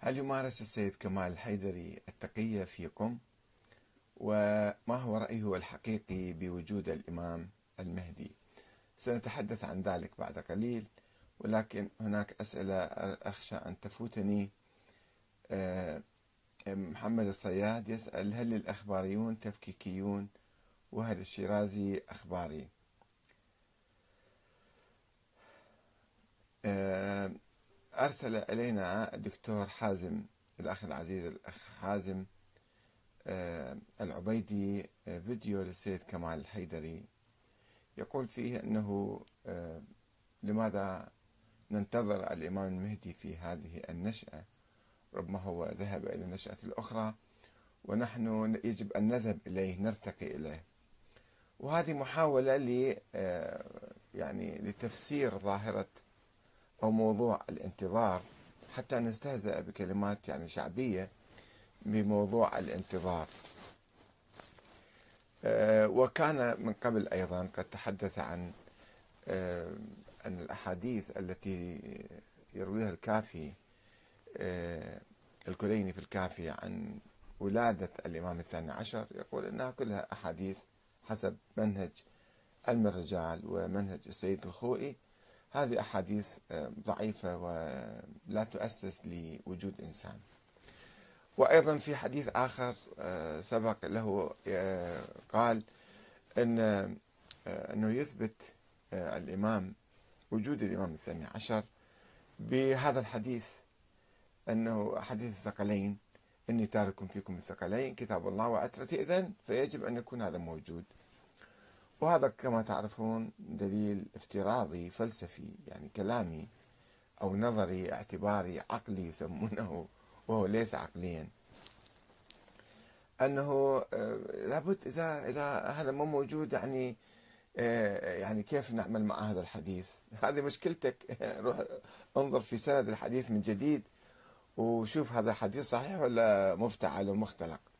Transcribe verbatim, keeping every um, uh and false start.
هل يمارس السيد كمال الحيدري التقية في قم؟ وما هو رأيه الحقيقي بوجود الإمام المهدي؟ سنتحدث عن ذلك بعد قليل، ولكن هناك أسئلة أخشى أن تفوتني. آه، محمد الصياد يسأل: هل الأخباريون تفكيكيون؟ وهل الشيرازي أخباري؟ آه، أرسل إلينا الدكتور حازم، الأخ العزيز الأخ حازم آه، العبيدي، آه، فيديو للسيد كمال الحيدري يقول فيه أنه آه، لماذا ننتظر الإمام المهدي في هذه النشأة، ربما هو ذهب إلى النشأة الأخرى ونحن يجب أن نذهب إليه، نرتقي إليه. وهذه محاولة ل آه، يعني لتفسير ظاهرة أو موضوع الانتظار، حتى نستهزأ بكلمات يعني شعبية بموضوع الانتظار. آه، وكان من قبل أيضا قد تحدث عن آه، أن الأحاديث التي يرويها الكافي، آه، الكليني في الكافي، عن ولادة الإمام الثاني عشر، يقول أنها كلها أحاديث حسب منهج علم الرجال ومنهج السيد الخوئي. هذه أحاديث آه، ضعيفة ولا تؤسس لوجود إنسان. وأيضا في حديث آخر آه، سبق له، آه، قال أن آه، أنه يثبت آه، الإمام وجود الإمام الثاني عشر بهذا الحديث، أنه حديث الثقلين: إني تارك فيكم الثقلين كتاب الله وعترتي، إذن فيجب أن يكون هذا موجود. وهذا كما تعرفون دليل افتراضي فلسفي، يعني كلامي أو نظري اعتباري عقلي يسمونه، وهو ليس عقليا. أنه آه، لابد إذا إذا هذا مو موجود، يعني آه، يعني كيف نعمل مع هذا الحديث؟ هذه مشكلتك. روح انظر في سند الحديث من جديد وشوف هذا الحديث صحيح ولا مفتعل ومختلق.